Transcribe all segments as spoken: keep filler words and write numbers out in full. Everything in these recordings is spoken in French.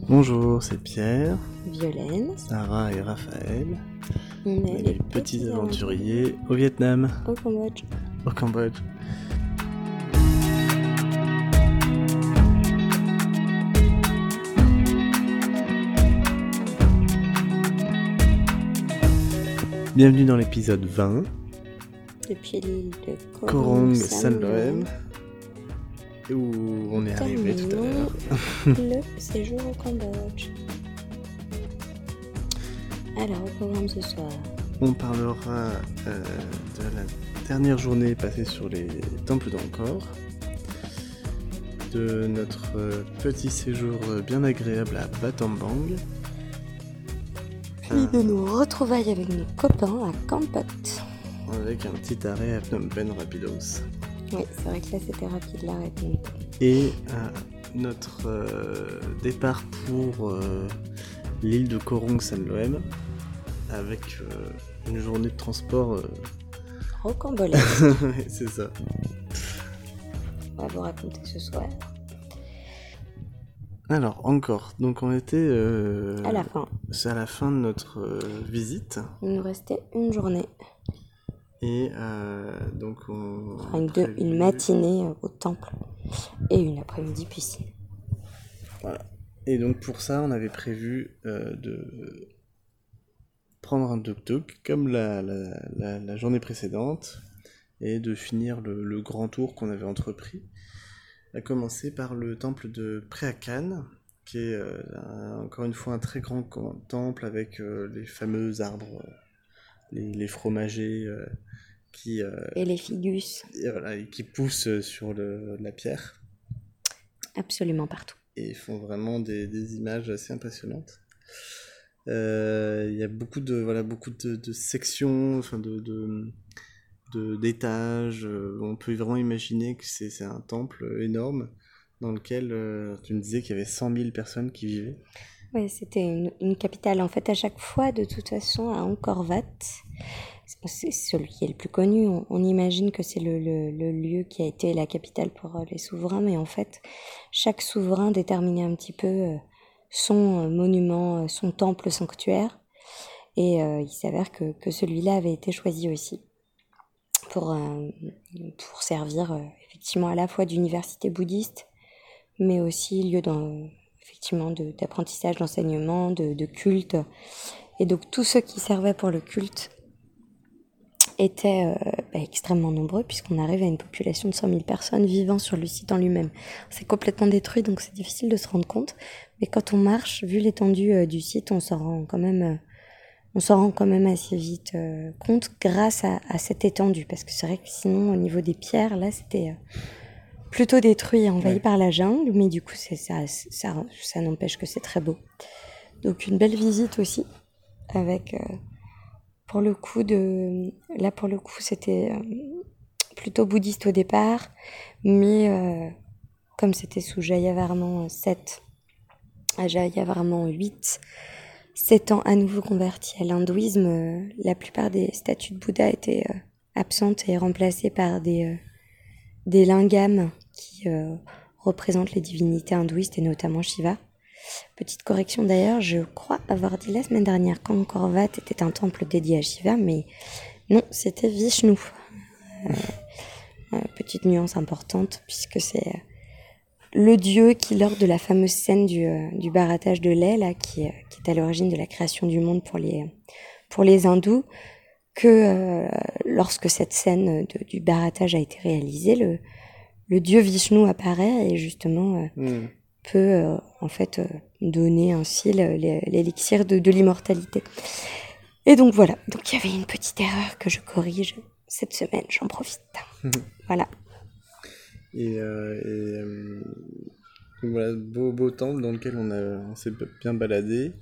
Bonjour, c'est Pierre, Violaine, Sarah et Raphaël. on On est est les les petits aventuriers au Vietnam, au Cambodge. au Cambodge. Bienvenue dans l'épisode vingt, Depuis l'île de Korong Korong Sanloem, où on est arrivé tout à l'heure. le séjour au Cambodge. Alors, au programme ce soir, On parlera euh, de la dernière journée passée sur les temples d'Angkor, de notre euh, petit séjour euh, bien agréable à Battambang, puis de nos retrouvailles avec nos copains à Kampot. avec un petit arrêt à Phnom Penh Rapidos, Oui, c'est vrai que là c'était rapide l'arrêt. mais- et euh, notre euh, départ pour euh, l'île de Korong Sanloem, avec euh, une journée de transport. euh, Au Cambodge, C'est ça. on va vous raconter ce soir. Alors, encore, donc on était euh, À la fin, c'est à la fin de notre euh, visite, il nous restait une journée, et euh, donc on enfin a une, deux- prévu- une matinée euh, au temple et une après-midi piscine. Voilà. Et donc pour ça, on avait prévu euh, de prendre un tuk-tuk comme la, la, la, la journée précédente, et de finir le, le grand tour qu'on avait entrepris, à commencer par le temple de Preakan, qui est euh, un- encore une fois un très grand co- temple avec euh, les fameux arbres, euh, les, les fromagers euh, qui, euh, Et les figus, et voilà, et qui poussent sur le, la pierre, absolument partout. et font vraiment des, des images assez impressionnantes. Euh, Il y a beaucoup de, voilà, beaucoup de, de sections, enfin de, de, de- d'étages. euh, On peut vraiment imaginer que c'est c'est un temple énorme dans lequel euh, tu me disais qu'il y avait cent mille personnes qui vivaient. Oui, c'était une, une capitale. En fait, à chaque fois, de toute façon, à Angkor Wat, c'est- c'est celui qui est le plus connu. On, on imagine que c'est le, le- le lieu qui a été la capitale pour euh, les souverains, mais en fait, chaque souverain déterminait un petit peu euh, son euh, monument, euh, son temple sanctuaire. Et euh, il s'avère que, que celui-là avait été choisi aussi pour, euh, pour servir euh, effectivement à la fois d'université bouddhiste, mais aussi lieu d'un- effectivement de- d'apprentissage, d'enseignement, de, de culte. Et donc tous ceux qui servaient pour le culte étaient euh, bah, extrêmement nombreux, puisqu'on arrive à une population de cent mille personnes vivant sur le site en lui-même. C'est complètement détruit, donc c'est difficile de se rendre compte. Mais quand on marche, vu l'étendue euh, du site, on s'en rend quand même, euh, on s'en rend quand même assez vite euh, compte grâce à, à cette étendue. Parce que c'est vrai que sinon, au niveau des pierres, là, c'était euh, plutôt détruit et envahi Ouais. par la jungle. Mais du coup, c'est, ça, ça, ça n'empêche que c'est très beau. Donc une belle visite aussi, avec... euh, pour le coup, de... là pour le coup, c'était euh, plutôt bouddhiste au départ, mais euh, comme c'était sous Jayavarman sept, à Jayavarman huit, s'étant à nouveau converti à l'hindouisme, euh, la plupart des statues de Bouddha étaient euh, absentes et remplacées par des, euh, des lingams qui euh, représentent les divinités hindouistes et notamment Shiva. Petite correction d'ailleurs, je crois avoir dit la semaine dernière qu'Angkor Wat était un temple dédié à Shiva, mais non, c'était Vishnu. Euh, euh, petite nuance importante, puisque c'est euh, le dieu qui, lors de la fameuse scène du, euh, du barattage de lait, là, qui, euh, qui est à l'origine de la création du monde pour les, pour les hindous, que euh, lorsque cette scène de, du barattage a été réalisée, le, le dieu Vishnu apparaît et justement... Euh, Hmm. peut euh, en fait euh, donner ainsi le- le- l'élixir de, de l'immortalité. Et donc voilà, donc il y avait une petite erreur que je corrige cette semaine, j'en profite. Voilà. Et, euh, et, euh, donc voilà, beau, beau temple dans lequel on, a, on s'est bien baladé.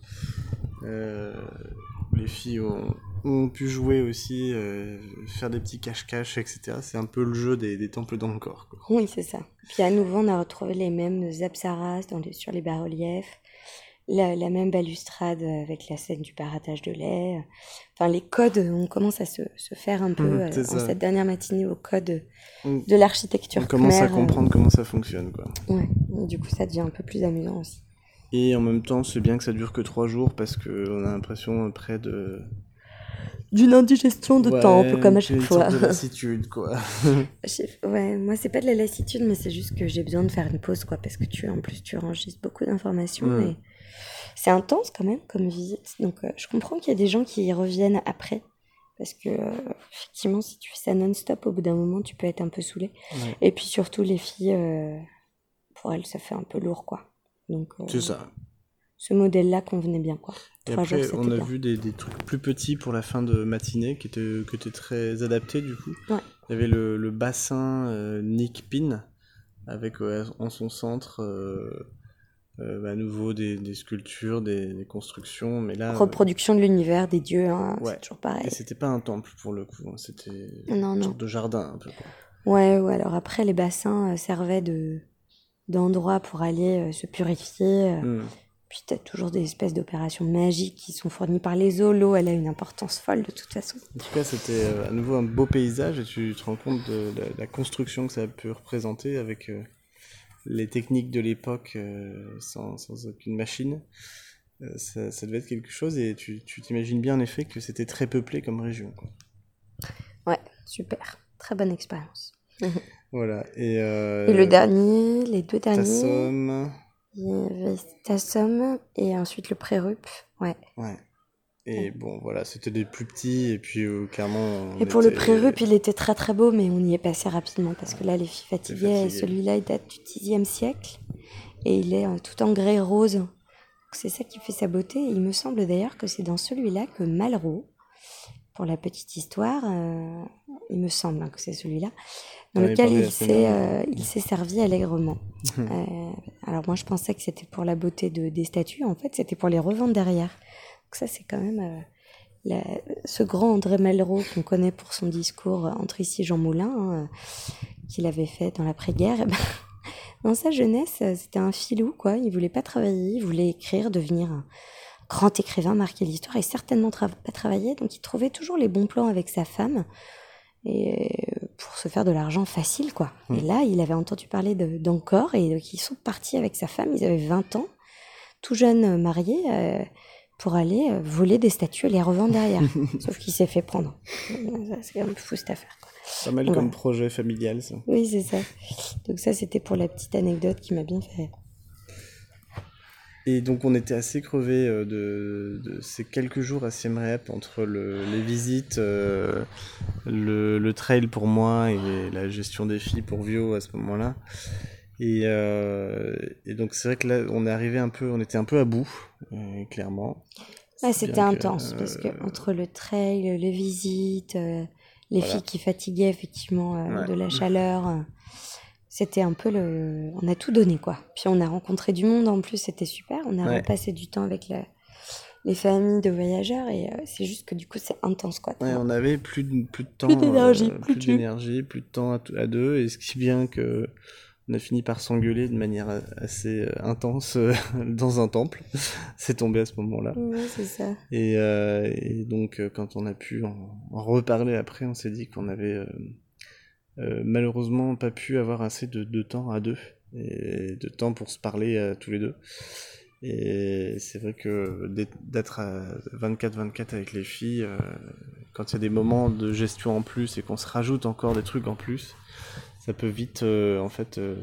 Euh, les filles ont, ont pu jouer aussi, euh, faire des petits cache-cache, et cetera. C'est un peu le jeu des, des temples d'Angkor, quoi. Oui, c'est ça. Puis à nouveau, on a retrouvé les mêmes apsaras dans les- sur les bas-reliefs, la, la même balustrade avec la scène du barattage de lait. Enfin, les codes, on commence à se, se faire un peu, Mhm, euh, c'est en ça. cette dernière matinée, au code On, de l'architecture on commence à khmer, euh, comprendre comment ça fonctionne, quoi. Ouais, et du coup ça devient un peu plus amusant aussi. Et en même temps, c'est bien que ça dure que trois jours parce qu'on a l'impression près de... D'une indigestion de ouais, temps, un peu comme à chaque une fois. sorte de lassitude, quoi. Ouais, moi, c'est pas de la lassitude, mais c'est juste que j'ai besoin de faire une pause, quoi, parce que tu, en plus, tu enregistres beaucoup d'informations Mm. et c'est intense quand même comme visite. Donc, euh, je comprends qu'il y a des gens qui y reviennent après. Parce que, euh, effectivement, si tu fais ça non-stop, au bout d'un moment, tu peux être un peu saoulé. Ouais. Et puis surtout, les filles, euh, pour elles, ça fait un peu lourd, quoi. Donc, euh, C'est ça. ce modèle-là convenait bien, quoi. Et Trois jours, après, c'était on a bien. vu des, des trucs plus petits pour la fin de matinée qui étaient, qui étaient très adaptés, du coup. Ouais. Il y avait le, le bassin euh, Nick Pin, avec euh, en son centre, euh, euh, à nouveau, des, des sculptures, des, des constructions. Mais là, Reproduction de l'univers, des dieux, hein, ouais. c'est toujours pareil. Et c'était pas un temple, pour le coup. hein, C'était Non, une non. sorte de jardin, un peu, quoi. Ouais, ouais, alors après, les bassins euh, servaient de d'endroit pour aller euh, se purifier. euh, Mm. Puis t'as toujours des espèces d'opérations magiques qui sont fournies par les zoos. L'eau, elle a une importance folle de toute façon. En tout cas, c'était euh, à nouveau un beau paysage et tu te rends compte de la, la construction que ça a pu représenter avec euh, les techniques de l'époque euh, sans, sans aucune machine. Euh, ça, ça devait être quelque chose et tu tu t'imagines bien en effet que c'était très peuplé comme région, quoi. Ouais, super. Très bonne expérience. Voilà. Et, euh, Et le dernier, les deux derniers, Tassom, il y avait Tassom et ensuite le Pré-Rup. Ouais. ouais. Et bon, voilà, c'était des plus petits et puis euh, clairement. on Et pour le était- Pré-Rup, il était très très beau, mais on y est passé rapidement parce que là, les filles fatiguées, et fatigué. celui-là, il date du dixième siècle et il est euh, tout en grès rose. Donc, c'est ça qui fait sa beauté. Et il me semble d'ailleurs que c'est dans celui-là que Malraux, pour la petite histoire, euh, il me semble hein, que c'est celui-là, dans On en avait lequel parlé il la semaine s'est, dernière. euh, il s'est servi allègrement. Euh, alors moi, je pensais que c'était pour la beauté de, des statues. En fait, c'était pour les revendre derrière. Donc ça, c'est quand même euh, la- ce grand André Malraux qu'on connaît pour son discours euh, entre ici Jean Moulin, hein, euh, qu'il avait fait dans l'après-guerre. Eh ben, dans sa jeunesse, euh, c'était un filou, quoi. Il voulait pas travailler, il voulait écrire, devenir un grand écrivain, marquer l'histoire et certainement tra- pas travailler. Donc il trouvait toujours les bons plans avec sa femme et euh, pour se faire de l'argent facile, quoi. Mm. Et là, il avait entendu parler de- d'Encore et donc ils sont partis avec sa femme. Ils avaient vingt ans, tout jeunes euh, mariés, euh, pour aller euh, voler des statues et les revendre derrière. Sauf qu'il s'est fait prendre. Euh, C'est quand même fou cette affaire, quoi. Pas mal Ouais. comme projet familial, ça. Oui, c'est ça. Donc ça, c'était pour la petite anecdote qui m'a bien fait rire. Et donc on était assez crevés euh, de, de ces quelques jours à Siem Reap entre le, les visites, euh, le, le trail pour moi et la gestion des filles pour Vio à ce moment-là. Et, euh, et donc c'est vrai que là on est arrivé un peu, on était un peu à bout, euh, clairement. Ouais, C'est c'était bien que, intense parce que euh, entre le trail, les visites, euh, les Voilà. filles qui fatiguaient effectivement euh, Ouais. de la chaleur, euh, c'était un peu le. On a tout donné quoi. Puis on a rencontré du monde en plus, c'était super. On a Ouais. passé du temps avec la- les familles de voyageurs et euh, c'est juste que du coup c'est intense quoi. Ouais, on avait plus de, plus de temps, Plus d'énergie, euh, plus plus de- d'énergie, plus de temps à, t- à deux, et ce qui est bien que on a fini par s'engueuler de manière a- assez euh, intense euh, dans un temple. C'est tombé à ce moment-là. Ouais, c'est ça. Et, euh, et donc euh, quand on a pu en, en reparler après, on s'est dit qu'on avait euh, euh, malheureusement pas pu avoir assez de, de temps à deux, et de temps pour se parler euh, tous les deux. Et c'est vrai que d'être- d'être à vingt-quatre vingt-quatre avec les filles, euh, quand il y a des moments de gestion en plus et qu'on se rajoute encore des trucs en plus, ça peut vite euh, en fait euh,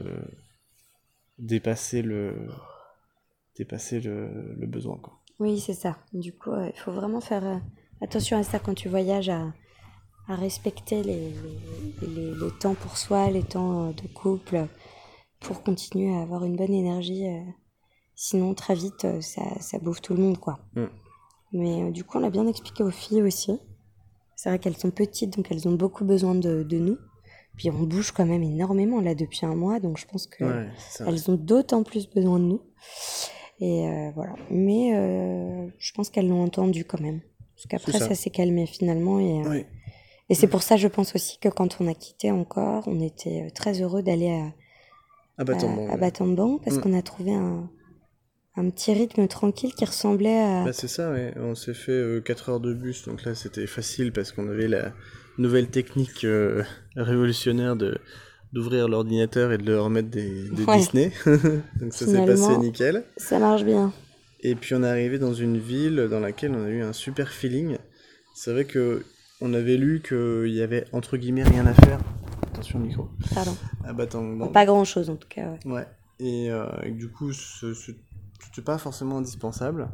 dépasser le dépasser le, le besoin, quoi. Oui, c'est ça. Du coup, euh, il faut vraiment faire euh, attention à ça quand tu voyages, à, à respecter les, les, les- les temps pour soi, les temps euh, de couple, pour continuer à avoir une bonne énergie. euh. Sinon, très vite, euh, ça, ça bouffe tout le monde, quoi. Mm. Mais euh, du coup, on l'a bien expliqué aux filles aussi. C'est vrai qu'elles sont petites, donc elles ont beaucoup besoin de, de nous. Puis on bouge quand même énormément là depuis un mois, donc je pense que Ouais, c'est ça. elles ont d'autant plus besoin de nous. Et euh, voilà. Mais euh, je pense qu'elles l'ont entendu quand même. Parce qu'après, C'est ça. ça. s'est calmé finalement. Et, euh, Ouais. et c'est pour ça, je pense aussi que quand on a quitté encore, on était euh, très heureux d'aller à, Ah bah tant à, bon. à ouais. Battambang parce Mm. qu'on a trouvé un, un petit rythme tranquille qui ressemblait à... Bah c'est ça, ouais. On s'est fait euh, quatre heures de bus, donc là c'était facile parce qu'on avait la nouvelle technique euh, révolutionnaire de d'ouvrir l'ordinateur et de leur mettre des, des Ouais. Disney. Donc ça s'est Finalement, passé nickel. ça marche bien. Et puis on est arrivé dans une ville dans laquelle on a eu un super feeling. C'est vrai que on avait lu qu'il y avait entre guillemets rien à faire. Attention micro. Pardon. Ah bah attends, non. Pas grand-chose en tout cas, ouais. Ouais. Et, euh, et du coup, ce, ce, c'était pas forcément indispensable.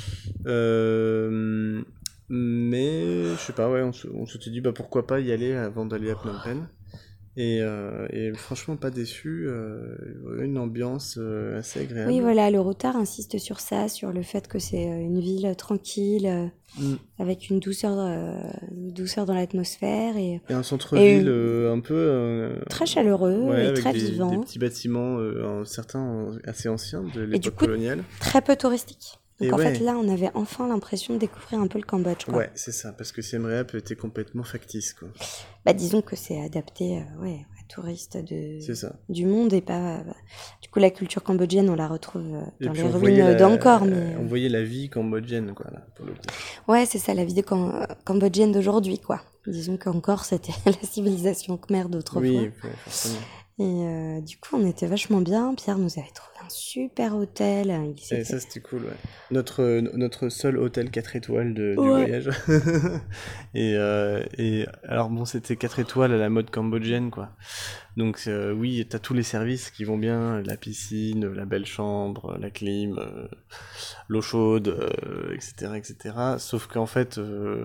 Euh, mais je sais pas, ouais, on, se, on s'était dit bah pourquoi pas y aller avant d'aller à Phnom Penh. Et, euh, et franchement pas déçu, euh, une ambiance euh, assez agréable. Oui, voilà, le Rotar insiste sur ça, sur le fait que c'est euh, une ville tranquille, euh, Mm. avec une douceur, euh, une douceur dans l'atmosphère et, Et un centre-ville et euh, un peu euh, très chaleureux ouais, et avec très des, vivant. des petits bâtiments, euh, en- certains euh, assez anciens de Et du l'époque coup, coloniale. très peu touristique. Donc Et en ouais. fait, là, on avait enfin l'impression de découvrir un peu le Cambodge, quoi. Ouais, c'est ça, parce que Siem Reap était complètement factice, quoi. Bah, disons que c'est adapté euh, ouais, à touristes de, C'est ça. du monde et pas... euh, du coup, la culture cambodgienne, on la retrouve euh, Et dans puis les on ruines voyait, la... d'Angkor, mais... on voyait la vie cambodgienne, quoi, là, pour le coup. Ouais, c'est ça, la vie de cam- euh, cambodgienne d'aujourd'hui, quoi. Disons qu'Angkor, c'était la civilisation khmer d'autrefois. Oui, ouais, forcément. Et euh, du coup, on était vachement bien. Pierre nous avait trouvé un super hôtel. Il Et s'était... ça, c'était cool, ouais. Notre, euh, notre seul hôtel quatre étoiles de, du Ouais. voyage. et, euh, et alors, bon, c'était quatre étoiles à la mode cambodgienne, quoi. Donc, euh, oui, t'as tous les services qui vont bien, la piscine, la belle chambre, la clim, euh, l'eau chaude, euh, et cetera, et cetera. Sauf qu'en fait, euh,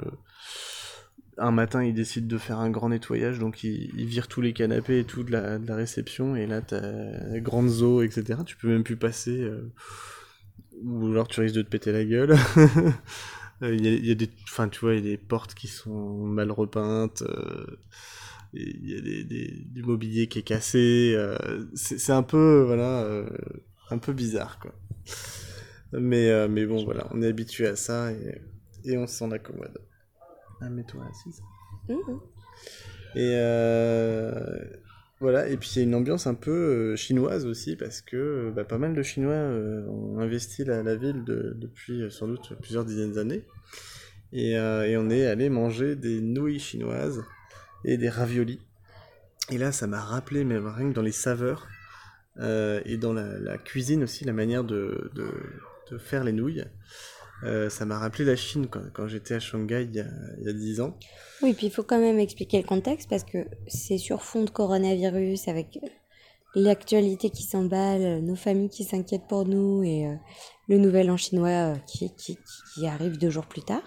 un matin, ils décident de faire un grand nettoyage, donc ils, ils virent tous les canapés et tout de la, de la réception, et là, t'as la grande eaux, et cetera. Tu peux même plus passer, euh, ou alors tu risques de te péter la gueule. Il y a, il y a des, enfin, tu vois, il y a des portes qui sont mal repeintes, euh, il y a des, des, du mobilier qui est cassé, euh, c'est, c'est un peu, voilà, euh, un peu bizarre, quoi. Mais, euh, mais bon, voilà, on est habitué à ça et, et on s'en accommode. Ah, mets-toi assise. Mmh. Et euh, voilà, et puis il y a une ambiance un peu euh, chinoise aussi, parce que euh, bah, pas mal de Chinois euh, ont investi la, la ville de, depuis euh, sans doute plusieurs dizaines d'années. Et, euh, et on est allé manger des nouilles chinoises et des raviolis. Et là, ça m'a rappelé, mais rien que dans les saveurs, euh, et dans la, la cuisine aussi, la manière de, de, de faire les nouilles. Euh, ça m'a rappelé la Chine quand, quand j'étais à Shanghai il y a, il y a dix ans. Oui, puis il faut quand même expliquer le contexte parce que c'est sur fond de coronavirus avec l'actualité qui s'emballe, nos familles qui s'inquiètent pour nous et euh, le nouvel an chinois euh, qui, qui, qui arrive deux jours plus tard.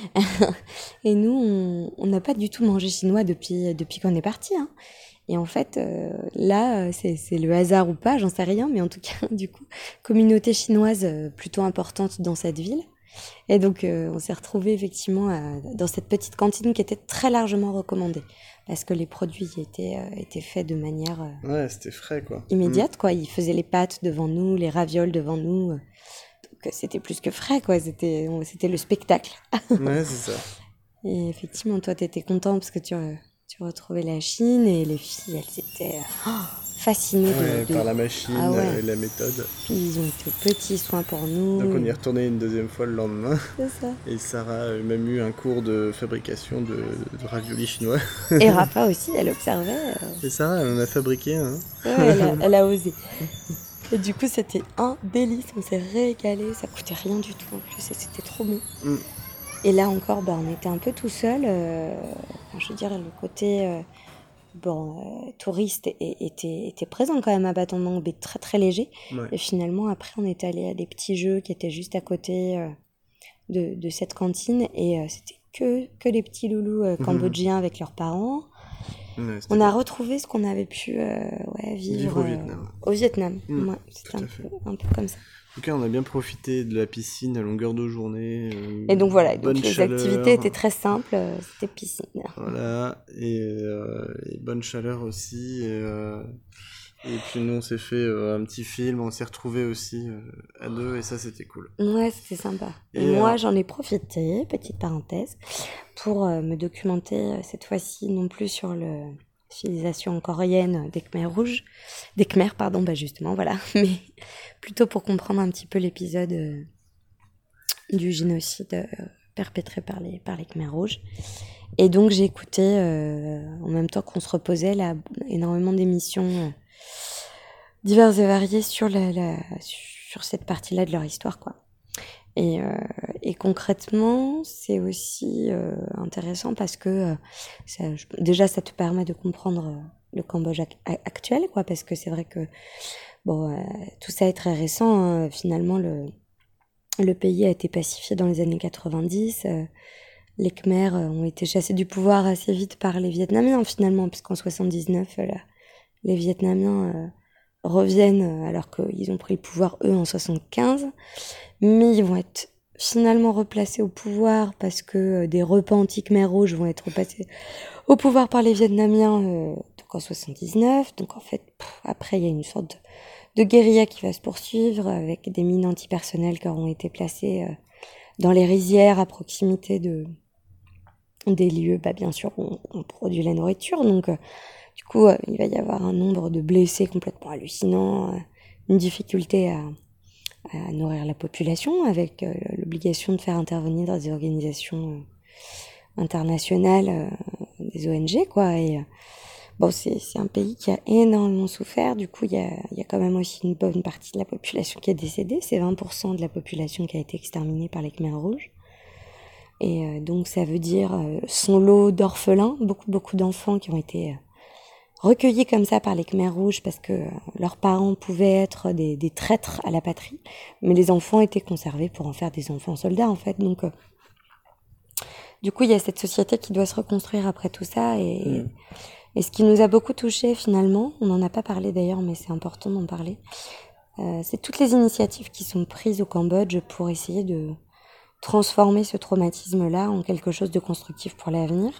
Et nous, on n'a pas du tout mangé chinois depuis, depuis qu'on est parti. Hein. Et en fait, euh, là, c'est, c'est le hasard ou pas, j'en sais rien, mais en tout cas, du coup, communauté chinoise euh, plutôt importante dans cette ville. Et donc, euh, on s'est retrouvés effectivement à, dans cette petite cantine qui était très largement recommandée. Parce que les produits étaient, euh, étaient faits de manière euh, Ouais, c'était frais, quoi. immédiate, quoi. Ils faisaient les pâtes devant nous, les ravioles devant nous. Donc, c'était plus que frais, quoi. C'était, on- c'était le spectacle. Ouais, c'est ça. Et effectivement, toi, t'étais content parce que tu, euh, tu retrouvais la Chine et les filles, elles étaient euh, fascinées Ouais, de, de... par la machine Ah ouais. et la méthode. Puis ils ont été aux petits soins pour nous. Donc on y est retourné une deuxième fois le lendemain. C'est ça. Et Sarah a même eu un cours de fabrication de, de raviolis chinois. Et Rafa aussi, elle observait. euh, Et Sarah, elle en a fabriqué un. Ouais, elle a, elle a osé. Et du coup, c'était un délice. On s'est régalé. Ça coûtait rien du tout en plus. Et c'était trop bon. Mm. Et là encore, bah, on était un peu tout seul. Euh, enfin, je veux dire, le côté euh, bon, euh, touriste é- était, était présent quand même à Battambang, mais très très léger. Ouais. Et finalement, après, on est allé à des petits jeux qui étaient juste à côté euh, de, de cette cantine. Et euh, c'était que, que les petits loulous euh, cambodgiens avec leurs parents. Ouais, c'était On a cool. retrouvé ce qu'on avait pu euh, ouais, vivre, Vivre au euh, Vietnam. au Vietnam. Mm, Ouais, c'était tout à un fait. peu, un peu comme ça. En tout cas, on a bien profité de la piscine à longueur de journée. euh, Et donc voilà, donc bonne les chaleur. activités étaient très simples, euh, c'était piscine. Voilà, et, euh, et bonne chaleur aussi. Et, euh, et puis nous, on s'est fait euh, un petit film, on s'est retrouvés aussi euh, à deux, et ça, c'était cool. Ouais, c'était sympa. Et, Et, moi, euh, j'en ai profité, petite parenthèse, pour euh, me documenter euh, cette fois-ci non plus sur la civilisation coréenne des Khmers rouges, des Khmers, pardon, bah justement, voilà, mais plutôt pour comprendre un petit peu l'épisode euh, du génocide euh, perpétrés par les, par les Khmers rouges. Et donc j'ai écouté, euh, en même temps qu'on se reposait, là, énormément d'émissions euh, diverses et variées sur, la, la, sur cette partie-là de leur histoire, quoi. Et, euh, et concrètement, c'est aussi euh, intéressant parce que euh, ça, déjà, ça te permet de comprendre euh, le Cambodge ac- actuel, quoi, parce que c'est vrai que bon, euh, tout ça est très récent. Hein. Finalement, le, le pays a été pacifié dans les années quatre-vingt-dix. Euh, les Khmers euh, ont été chassés du pouvoir assez vite par les Vietnamiens, finalement, puisqu'en soixante-dix-neuf, euh, là, les Vietnamiens euh, reviennent euh, alors qu'ils ont pris le pouvoir, eux, en soixante-quinze. Mais ils vont être finalement replacés au pouvoir parce que euh, des repentis Khmers rouges vont être repassés au pouvoir par les Vietnamiens euh, donc en soixante-dix-neuf. Donc en fait, pff, après, il y a une sorte de, de guérilla qui va se poursuivre avec des mines antipersonnelles qui auront été placées euh, dans les rizières à proximité de des lieux, bah, bien sûr, où on, on produit la nourriture. Donc, euh, du coup, euh, il va y avoir un nombre de blessés complètement hallucinant, euh, une difficulté à à nourrir la population avec euh, l'obligation de faire intervenir des organisations euh, internationales, euh, des O N G, quoi. Et euh, bon, c'est, c'est un pays qui a énormément souffert. Du coup, il y a, y a quand même aussi une bonne partie de la population qui est décédée. C'est vingt pour cent de la population qui a été exterminée par les Khmers rouges. Et euh, donc, ça veut dire euh, son lot d'orphelins, beaucoup, beaucoup d'enfants qui ont été euh, recueillis comme ça par les Khmers rouges parce que euh, leurs parents pouvaient être des, des traîtres à la patrie, mais les enfants étaient conservés pour en faire des enfants soldats, en fait. Donc, euh, du coup, il y a cette société qui doit se reconstruire après tout ça. Et, mmh. et ce qui nous a beaucoup touchés, finalement, on n'en a pas parlé d'ailleurs, mais c'est important d'en parler, euh, c'est toutes les initiatives qui sont prises au Cambodge pour essayer de transformer ce traumatisme-là en quelque chose de constructif pour l'avenir.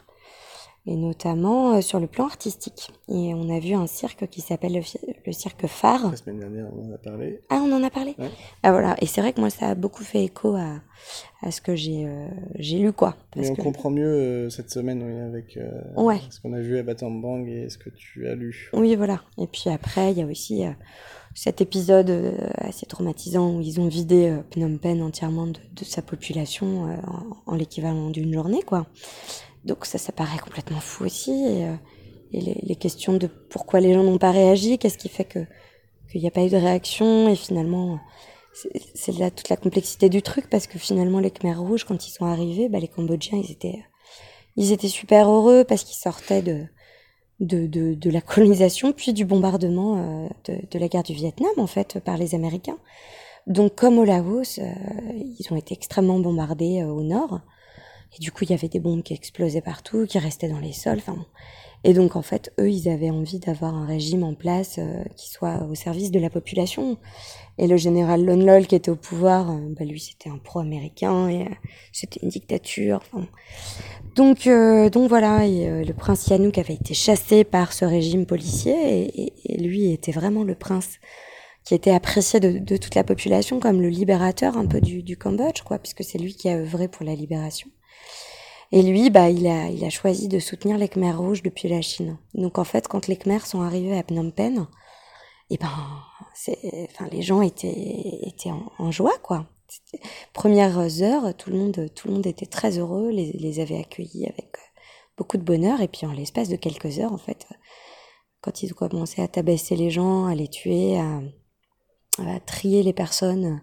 Et notamment euh, sur le plan artistique. Et on a vu un cirque qui s'appelle le, le cirque Phare. La semaine dernière, on en a parlé. Ah, on en a parlé ouais. Ah voilà, et c'est vrai que moi, ça a beaucoup fait écho à, à ce que j'ai, euh, j'ai lu, quoi. Parce Mais on que... comprend mieux euh, cette semaine, oui, avec euh, ouais. ce qu'on a vu à Battambang et ce que tu as lu. Oui, voilà. Et puis après, il y a aussi euh, cet épisode euh, assez traumatisant où ils ont vidé euh, Phnom Penh entièrement de, de sa population euh, en, en l'équivalent d'une journée, quoi. Donc ça, ça paraît complètement fou aussi. Et, euh, et les, les questions de pourquoi les gens n'ont pas réagi, qu'est-ce qui fait que qu'il n'y a pas eu de réaction. Et finalement, c'est, c'est là toute la complexité du truc, parce que finalement, les Khmers rouges, quand ils sont arrivés, bah, les Cambodgiens, ils étaient, ils étaient super heureux parce qu'ils sortaient de, de, de, de la colonisation, puis du bombardement euh, de, de la guerre du Vietnam, en fait, par les Américains. Donc, comme au Laos, euh, ils ont été extrêmement bombardés euh, au nord. Et du coup, il y avait des bombes qui explosaient partout, qui restaient dans les sols. Enfin, et donc, en fait, eux, ils avaient envie d'avoir un régime en place euh, qui soit au service de la population. Et le général Lon Nol, qui était au pouvoir, euh, bah, lui, c'était un pro-américain et euh, c'était une dictature. Enfin, donc, euh, donc voilà. Et euh, le prince Sihanouk avait été chassé par ce régime policier, et, et, et lui était vraiment le prince qui était apprécié de, de toute la population comme le libérateur un peu du, du Cambodge, quoi, puisque c'est lui qui a œuvré pour la libération. Et lui, bah, il a, il a choisi de soutenir les Khmers rouges depuis la Chine. Donc en fait, quand les Khmers sont arrivés à Phnom Penh, et ben, c'est, enfin, les gens étaient, étaient en, en joie, quoi. C'était, premières heures, tout le monde, tout le monde était très heureux, les, les avait accueillis avec beaucoup de bonheur. Et puis en l'espace de quelques heures, en fait, quand ils ont commencé à tabasser les gens, à les tuer, à, à trier les personnes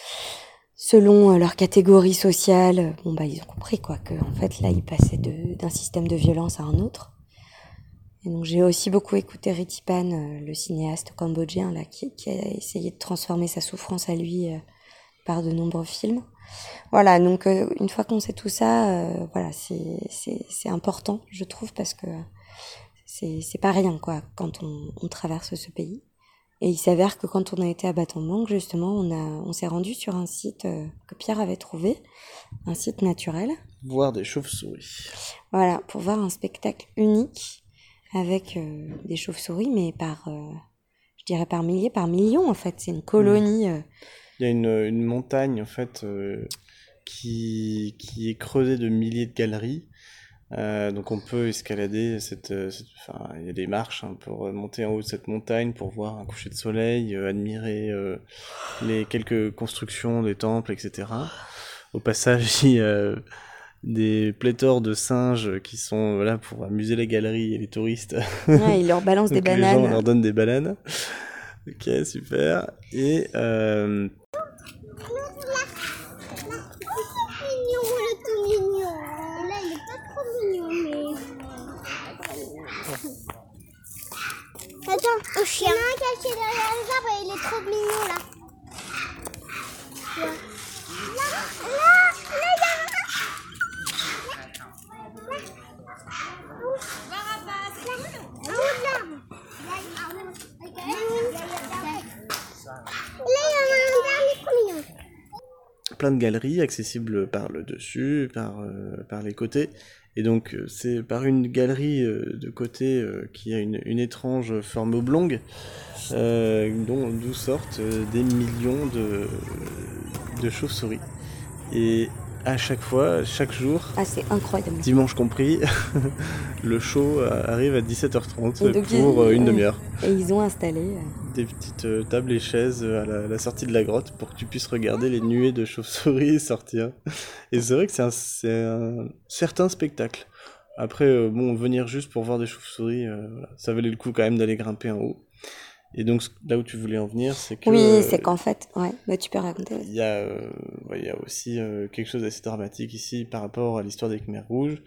selon leur catégorie sociale, bon bah ils ont compris, quoi, que en fait là ils passaient de, d'un système de violence à un autre. Et donc j'ai aussi beaucoup écouté Ritipan, le cinéaste cambodgien là, qui, qui a essayé de transformer sa souffrance à lui euh, par de nombreux films. Voilà, donc euh, une fois qu'on sait tout ça, euh, voilà, c'est, c'est, c'est important, je trouve, parce que c'est, c'est pas rien, quoi, quand on, on traverse ce pays. Et il s'avère que quand on a été à Battambang, justement, on, a, on s'est rendu sur un site euh, que Pierre avait trouvé, un site naturel. Voir des chauves-souris. Voilà, pour voir un spectacle unique avec euh, des chauves-souris, mais par, euh, je dirais par milliers, par millions, en fait. C'est une colonie. Euh... Il y a une, une montagne, en fait, euh, qui, qui est creusée de milliers de galeries. Euh, donc on peut escalader cette, cette, enfin, il y a des marches hein, pour monter en haut de cette montagne pour voir un coucher de soleil, euh, admirer euh, les quelques constructions des temples, et cetera. Au passage, il y a des pléthores de singes qui sont là pour amuser les galeries et les touristes. Ouais, ils leur balancent des Donc les bananes. gens leur donnent des bananes. Ok, super. Et euh, Mignon, il est tout mignon. Et là, il est pas trop mignon, mais. Attends, un chien. Il y en a un caché derrière les arbres et il est trop mignon là. Là, là, là, là, il y a un. En haut de l'arbre. Là, il y en a un dernier trop mignon. plein de galeries accessibles par le dessus, par, euh, par les côtés. Et donc euh, c'est par une galerie euh, de côté euh, qui a une, une étrange forme oblongue, euh, dont, d'où sortent euh, des millions de, de chauves-souris. Et à chaque fois, chaque jour, Ah, c'est incroyable. dimanche compris, le show euh, arrive à dix-sept heures trente Et donc, pour ils- euh, une ouais. demi-heure. Et ils ont installé. euh, Des petites euh, tables et chaises euh, à la, la sortie de la grotte pour que tu puisses regarder les nuées de chauves-souris sortir. Et c'est vrai que c'est un, c'est un certain spectacle. Après, euh, bon, venir juste pour voir des chauves-souris, euh, voilà, ça valait le coup quand même d'aller grimper en haut. Et donc, là où tu voulais en venir, c'est que... Oui, euh, c'est qu'en fait, ouais, bah, tu peux raconter. il y a, euh, ouais, il y a aussi euh, quelque chose d'assez dramatique ici par rapport à l'histoire des Khmers rouges.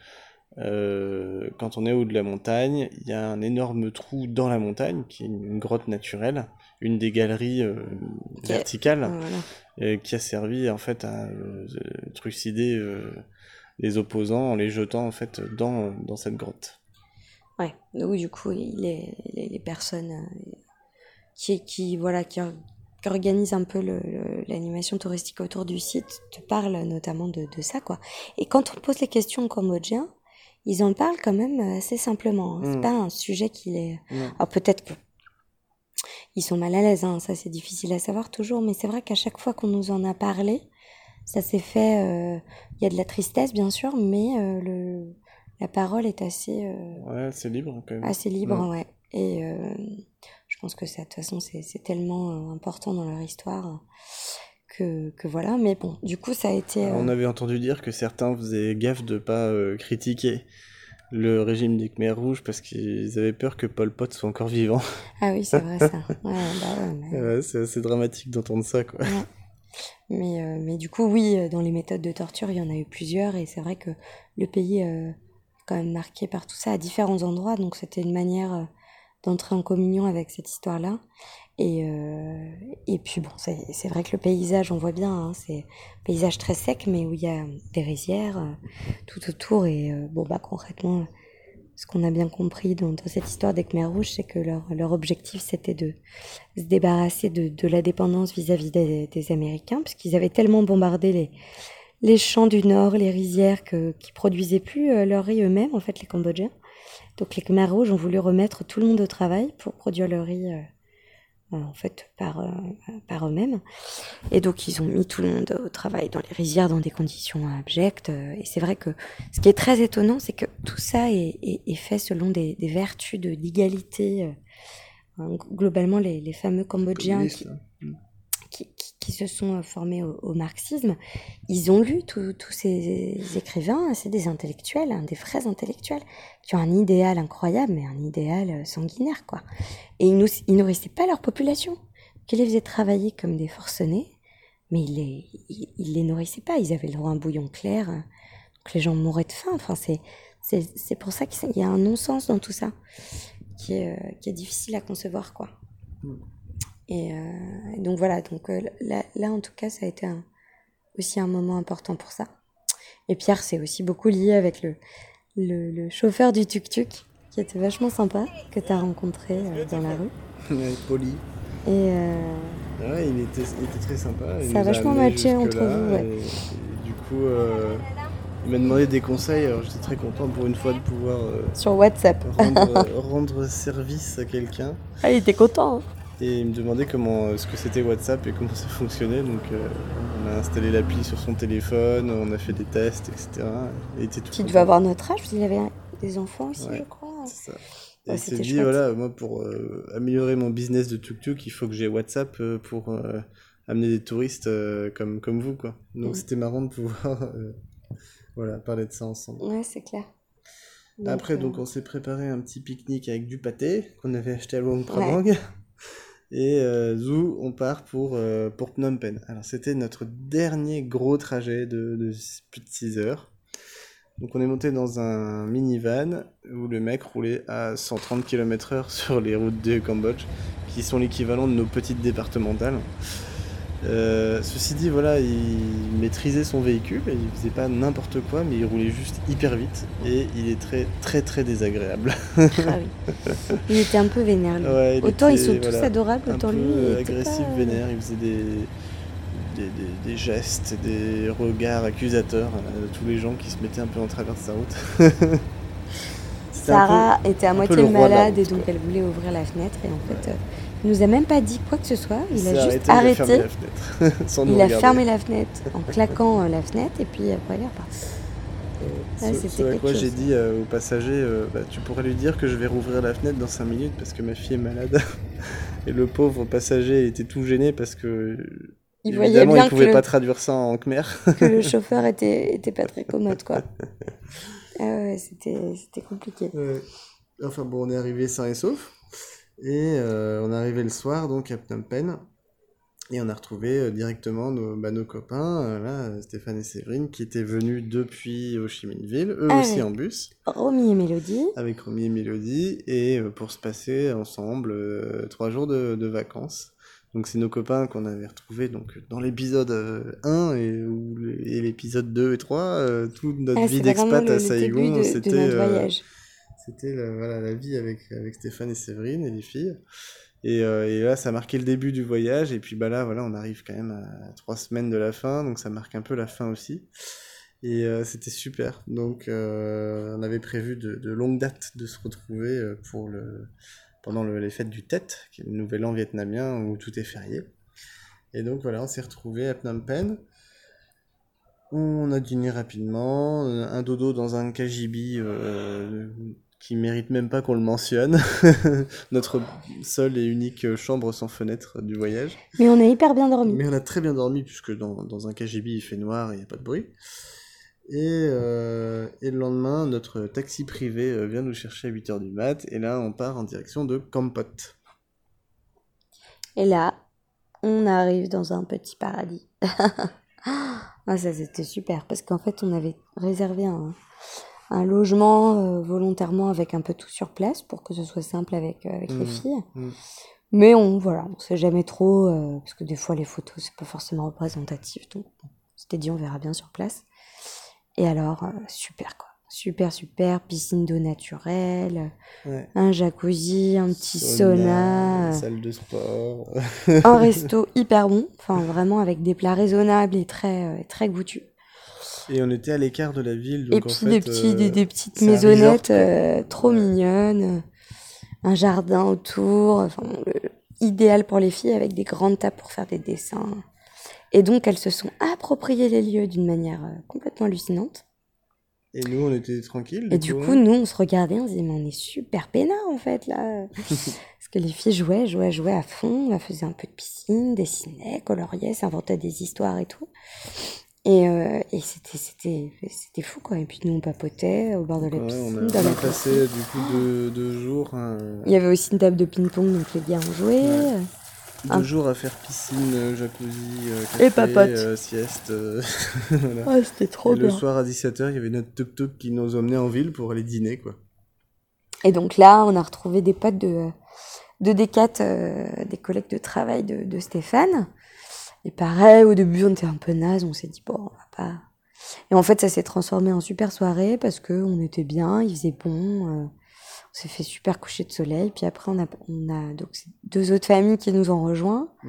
Euh, quand on est au haut de la montagne, il y a un énorme trou dans la montagne, qui est une grotte naturelle, une des galeries euh, Qui est- verticales, Ouais, voilà. euh, qui a servi en fait à euh, trucider euh, les opposants en les jetant en fait dans, dans cette grotte. Ouais, donc du coup, les, les, les personnes euh, qui, qui, voilà, qui, or- qui organisent un peu le- le- l'animation touristique autour du site te parlent notamment de, de ça, quoi. Et quand on pose les questions aux Cambodgiens, ils en parlent quand même assez simplement. Hein. C'est Mm. pas un sujet qui les... Non. Alors peut-être que ils sont mal à l'aise, hein, ça c'est difficile à savoir toujours, mais c'est vrai qu'à chaque fois qu'on nous en a parlé, ça s'est fait... euh, Il y a de la tristesse, bien sûr, mais euh, le, la parole est assez... euh, Ouais, c'est libre quand même. assez libre, Mm. ouais. Et euh, je pense que ça, de toute façon, c'est c'est tellement euh, important dans leur histoire que, que voilà. Mais bon, du coup, ça a été... euh, On avait entendu dire que certains faisaient gaffe de pas euh, critiquer le régime des Khmers rouges parce qu'ils avaient peur que Pol Pot soit encore vivant. Ah oui, c'est vrai ça. Ouais, bah ouais, mais... Ouais, c'est assez dramatique d'entendre ça, quoi. Ouais. Mais, euh, mais du coup, oui, euh, dans les méthodes de torture, il y en a eu plusieurs. Et c'est vrai que le pays euh, est quand même marqué par tout ça à différents endroits. Donc c'était une manière euh, d'entrer en communion avec cette histoire-là. Et, euh, et puis bon, c'est c'est vrai que le paysage, on voit bien, hein, c'est un paysage très sec, mais où il y a des rizières euh, tout autour. Et euh, bon, bah concrètement, ce qu'on a bien compris dans, dans cette histoire des Khmers rouges, c'est que leur, leur objectif, c'était de se débarrasser de, de la dépendance vis-à-vis des, des Américains, puisqu'ils avaient tellement bombardé les, les champs du Nord, les rizières, que, qu'ils produisaient plus euh, leur riz eux-mêmes, en fait, les Cambodgiens. Donc les Khmers rouges ont voulu remettre tout le monde au travail pour produire le riz, euh, euh, en fait, par, euh, par eux-mêmes. Et donc ils ont mis tout le monde au travail dans les rizières, dans des conditions abjectes. euh, Et c'est vrai que ce qui est très étonnant, c'est que tout ça est, est, est fait selon des, des vertus de l'égalité. euh, hein, globalement, les, les fameux Cambodgiens qui, Communiste, hein. qui, qui, qui se sont euh, formés au, au marxisme, ils ont lu tous tous ces écrivains, c'est des intellectuels, hein, des vrais intellectuels, qui ont un idéal incroyable, mais un idéal euh, sanguinaire, quoi. Et ils, nous, ils nourrissaient pas leur population, qu'ils les faisaient travailler comme des forcenés, mais ils les, ils, ils les nourrissaient pas, ils avaient le droit à un bouillon clair, hein, donc les gens mouraient de faim, enfin c'est, c'est, c'est pour ça qu'il y a un non-sens dans tout ça, qui est, euh, qui est difficile à concevoir, quoi. Et euh, donc voilà, donc euh, là, là en tout cas ça a été un, aussi un moment important pour ça. Et Pierre c'est aussi beaucoup lié avec le, le, le chauffeur du tuk-tuk qui était vachement sympa, que tu as rencontré euh, dans la rue. Ouais, poli. Et euh, Ouais, il était, il était très sympa. Il Ça a nous a vachement amenés matché entre jusque-là, vous, ouais. Et, et du coup, euh, il m'a demandé des conseils. Alors j'étais très content pour une fois de pouvoir euh, sur WhatsApp. rendre, rendre service à quelqu'un. Ah, il était content. Hein. Et il me demandait comment, euh, ce que c'était WhatsApp et comment ça fonctionnait. Donc euh, on a installé l'appli sur son téléphone, on a fait des tests, et cetera. Et il était tout Qui content. devait avoir notre âge, parce qu'il avait des enfants aussi, Ouais. je crois. C'est ça. Et Ouais, il s'est c'était dit, chouette. voilà, moi pour euh, améliorer mon business de tuk-tuk, il faut que j'ai WhatsApp euh, pour euh, amener des touristes euh, comme, comme vous, quoi. Donc Mm. c'était marrant de pouvoir euh, voilà, parler de ça ensemble. Ouais, c'est clair. Donc, Après, euh, donc, on s'est préparé un petit pique-nique avec du pâté qu'on avait acheté à Luang ouais. Prabang. Et euh, Zou, on part pour, euh, pour Phnom Penh. Alors, c'était notre dernier gros trajet de, de plus de six heures. Donc, on est monté dans un minivan où le mec roulait à cent trente kilomètres heure sur les routes du Cambodge, qui sont l'équivalent de nos petites départementales. Euh, ceci dit, voilà, il maîtrisait son véhicule, il faisait pas n'importe quoi, mais il roulait juste hyper vite et il est très très très désagréable. Ah oui. Il était un peu vénère, lui. Ouais, il Autant ils était, sont tous voilà, adorables, un autant peu lui, il était agressif, pas... vénère, il faisait des, des, des- des gestes, des regards accusateurs à tous les gens qui se mettaient un peu en travers de sa route. C'était un peu, Sarah était à un peu moitié le roi de la malade et route, donc quoi. elle voulait ouvrir la fenêtre et en fait, euh, il nous a même pas dit quoi que ce soit. Il, Il a s'est juste arrêté, il a fermé arrêté, la fenêtre, sans nous il a regarder. fermé la fenêtre en claquant euh, la fenêtre et puis après il est reparti. Ouais, Ce, c'était ce à quelque quoi chose. j'ai dit euh, aux passagers, euh, bah, tu pourrais lui dire que je vais rouvrir la fenêtre dans cinq minutes parce que ma fille est malade. Et le pauvre passager était tout gêné parce que, Il voyait évidemment, bien il pouvait que pas le, traduire ça en khmer. que le chauffeur était, était pas très commode, quoi. Ah ouais, c'était, c'était compliqué. Ouais. Enfin bon, on est arrivé sain et sauf. Et euh, on est arrivé le soir donc à Phnom Penh. Et on a retrouvé euh, directement nos, bah, nos copains, euh, là, Stéphane et Séverine, qui étaient venus depuis Ho Chi Minh Ville, eux aussi Avec en bus, Romy et Mélodie. avec Romy et Mélodie, et euh, pour se passer ensemble euh, trois jours de, de vacances. Donc c'est nos copains qu'on avait retrouvés donc, dans l'épisode euh, un et, où les- et l'épisode deux et trois, euh, toute notre Ah, vie c'est vraiment d'expat le, à le début Saigon, de, de c'était notre euh, voyage. c'était la, voilà, la vie avec, avec Stéphane et Séverine et les filles. Et, euh, et là, ça marquait le début du voyage. Et puis bah là, voilà, on arrive quand même à trois semaines de la fin, donc ça marque un peu la fin aussi. Et euh, c'était super. Donc, euh, on avait prévu de, de longue date de se retrouver euh, pour le, pendant le- les fêtes du Tet, qui est le nouvel an vietnamien où tout est férié. Et donc voilà, on s'est retrouvés à Phnom Penh. On a dîné rapidement, un dodo dans un K G B euh, qui mérite même pas qu'on le mentionne. Notre seule et unique chambre sans fenêtre du voyage. Mais on a hyper bien dormi. Mais on a très bien dormi puisque dans, dans un K G B il fait noir et il n'y a pas de bruit. Et, euh, et le lendemain, notre taxi privé euh, vient nous chercher à huit heures du mat. Et là, on part en direction de Kampot. Et là, on arrive dans un petit paradis. Ah, ça, c'était super. Parce qu'en fait, on avait réservé un, un logement euh, volontairement avec un peu tout sur place pour que ce soit simple avec, euh, avec les Mmh, filles. mmh. Mais on voilà, on sait jamais trop, euh, parce que des fois, les photos, c'est pas forcément représentatif. Donc, on s'était dit, on verra bien sur place. Et alors, euh, super quoi. Super, super. Piscine d'eau naturelle, Ouais. un jacuzzi, un petit Sauna, sauna, euh, salle de sport. un resto hyper bon. Enfin, vraiment avec des plats raisonnables et très, euh, très goûtus. Et on était à l'écart de la ville, Et donc en puis fait, des, petits, des, euh, des petites c'est un maisonnettes resort, quoi. euh, trop Ouais. mignonnes, un jardin autour, enfin, le- idéal pour les filles avec des grandes tables pour faire des dessins. Et donc, elles se sont appropriées les lieux d'une manière euh, complètement hallucinante. Et nous, on était tranquilles. Et du coup, nous, on se regardait, on se disait, mais on est super peinards, en fait, là. Parce que les filles jouaient, jouaient, jouaient à fond. Elles faisaient un peu de piscine, dessinaient, coloriaient, s'inventaient des histoires et tout. Et, euh, et c'était, c'était, c'était fou, quoi. Et puis, nous, on papotait au bord de la Ouais, piscine, on a, dans on la a passé piscine. du coup deux, deux jours, hein, Il y avait aussi une table de ping-pong, donc les gars ont joué. ouais, Un- deux jours à faire piscine, euh, jacuzzi, euh, Et café, papote. euh, sieste. euh, voilà. Ah, c'était trop Et le bien. soir à dix-sept heures, il y avait notre tuk-tuk qui nous emmenait en ville pour aller dîner, quoi. Et donc là, on a retrouvé des potes de, de Decat, euh, des collègues de travail de, de Stéphane. Et pareil, au début, on était un peu naze, on s'est dit, bon, on va pas... Et en fait, ça s'est transformé en super soirée parce qu'on était bien, il faisait bon, euh, on s'est fait super coucher de soleil. Puis après, on a, on a donc ces deux autres familles qui nous ont rejoints. Mm.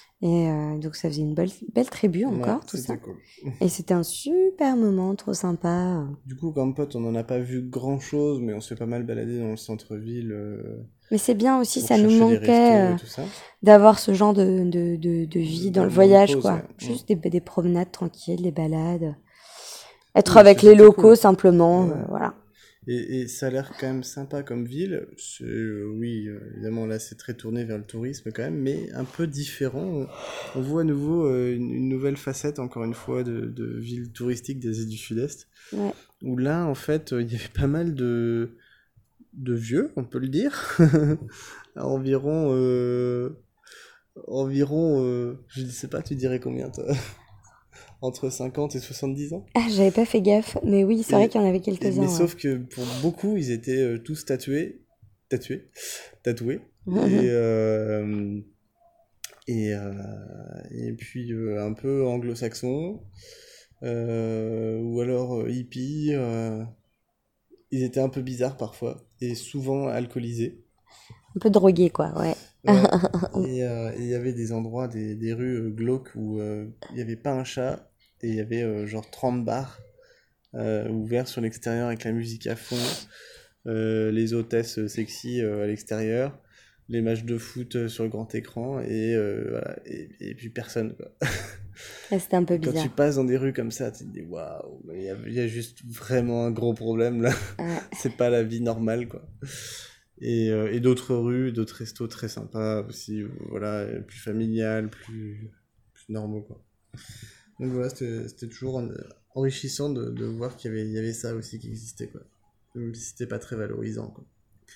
Et euh, donc, ça faisait une belle, belle tribu encore, Ouais, tout c'était ça. cool. Et c'était un super moment, trop sympa. Du coup, Kampot, on n'en a pas vu grand-chose, mais on s'est pas mal baladé dans le centre-ville euh, Mais c'est bien aussi, pour ça nous chercher des manquait restos euh, et tout ça. d'avoir ce genre de, de, de, de vie dans Des le moments de voyage, pause, quoi. ouais. Juste des, des promenades tranquilles, des balades. Être Oui, avec ça, les c'était locaux, cool. simplement, Ouais. euh, voilà. Et, et ça a l'air quand même sympa comme ville. C'est, euh, oui, euh, évidemment, là, c'est très tourné vers le tourisme quand même, mais un peu différent. On, on voit à nouveau euh, une, une nouvelle facette, encore une fois, de, de ville touristique d'Asie du Sud-Est. Ouais. Où là, en fait, euh, il y avait pas mal de, de vieux, on peut le dire. environ, euh, environ, euh, je ne sais pas, tu dirais combien, toi? Entre cinquante et soixante-dix ans. Ah, j'avais pas fait gaffe, mais oui, c'est Et- vrai qu'il y en avait Et- quelques-uns. mais ouais. sauf que pour beaucoup, ils étaient euh, tous tatoués, tatoués, tatoués, et, euh, et, euh, et puis euh, un peu anglo-saxons, euh, ou alors euh, hippies. euh, ils étaient un peu bizarres parfois, et souvent alcoolisés. Un peu drogué, quoi, ouais. Ouais. Et euh, et il y avait des endroits, des, des rues euh, glauques où euh, il n'y avait pas un chat, et il y avait euh, genre trente bars euh, ouverts sur l'extérieur avec la musique à fond. Euh, les hôtesses euh, sexy euh, à l'extérieur, les matchs de foot euh, sur le grand écran, et, euh, voilà, et, et puis personne, quoi. Ah, c'était un peu Quand bizarre. tu passes dans des rues comme ça, tu te dis waouh, mais il y a, il y a juste vraiment un gros problème là. Ouais. C'est pas la vie normale, quoi. Et, euh, et d'autres rues, d'autres restos très sympas aussi, euh, voilà, euh, plus familiales, plus, plus normaux, quoi. Donc voilà, c'était c'était toujours en- enrichissant de, de voir qu'il y avait, il y avait ça aussi qui existait, quoi. Même si c'était pas très valorisant, quoi.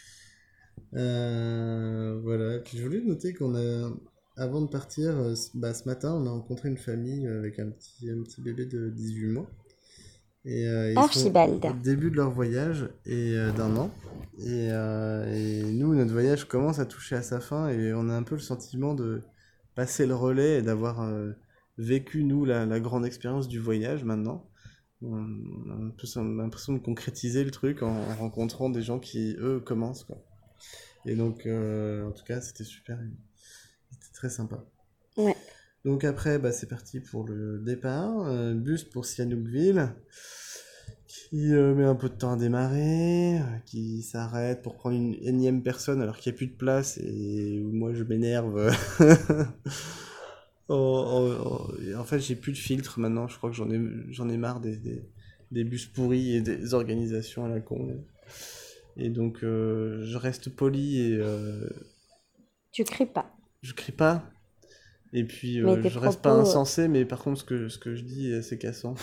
Euh, voilà, et puis je voulais noter qu'on a, avant de partir, euh, ce- bah, ce matin, on a rencontré une famille euh, avec un petit, un petit bébé de dix-huit mois. Et euh, ils sont Archibald. au début de leur voyage et euh, d'un an. Et, euh, et nous, notre voyage commence à toucher à sa fin et on a un peu le sentiment de passer le relais et d'avoir euh, vécu, nous, la, la grande expérience du voyage maintenant. On a un peu l'impression de concrétiser le truc en, en rencontrant des gens qui, eux, commencent, quoi. Et donc, euh, en tout cas, c'était super. C'était très sympa. Ouais. Donc après, bah, c'est parti pour le départ. Euh, bus pour Sihanoukville, qui euh, met un peu de temps à démarrer, euh, qui s'arrête pour prendre une énième personne alors qu'il n'y a plus de place et où moi je m'énerve. en, en- en- en fait, j'ai plus de filtre maintenant. Je crois que j'en ai, j'en ai marre des, des, des bus pourris et des organisations à la con. Et donc, euh, je reste poli et euh, Tu cries pas. je crie pas. Et puis, Mais euh, tes je reste pas propos, euh, insensé, mais par contre, ce que, ce que je dis, euh, c'est cassant.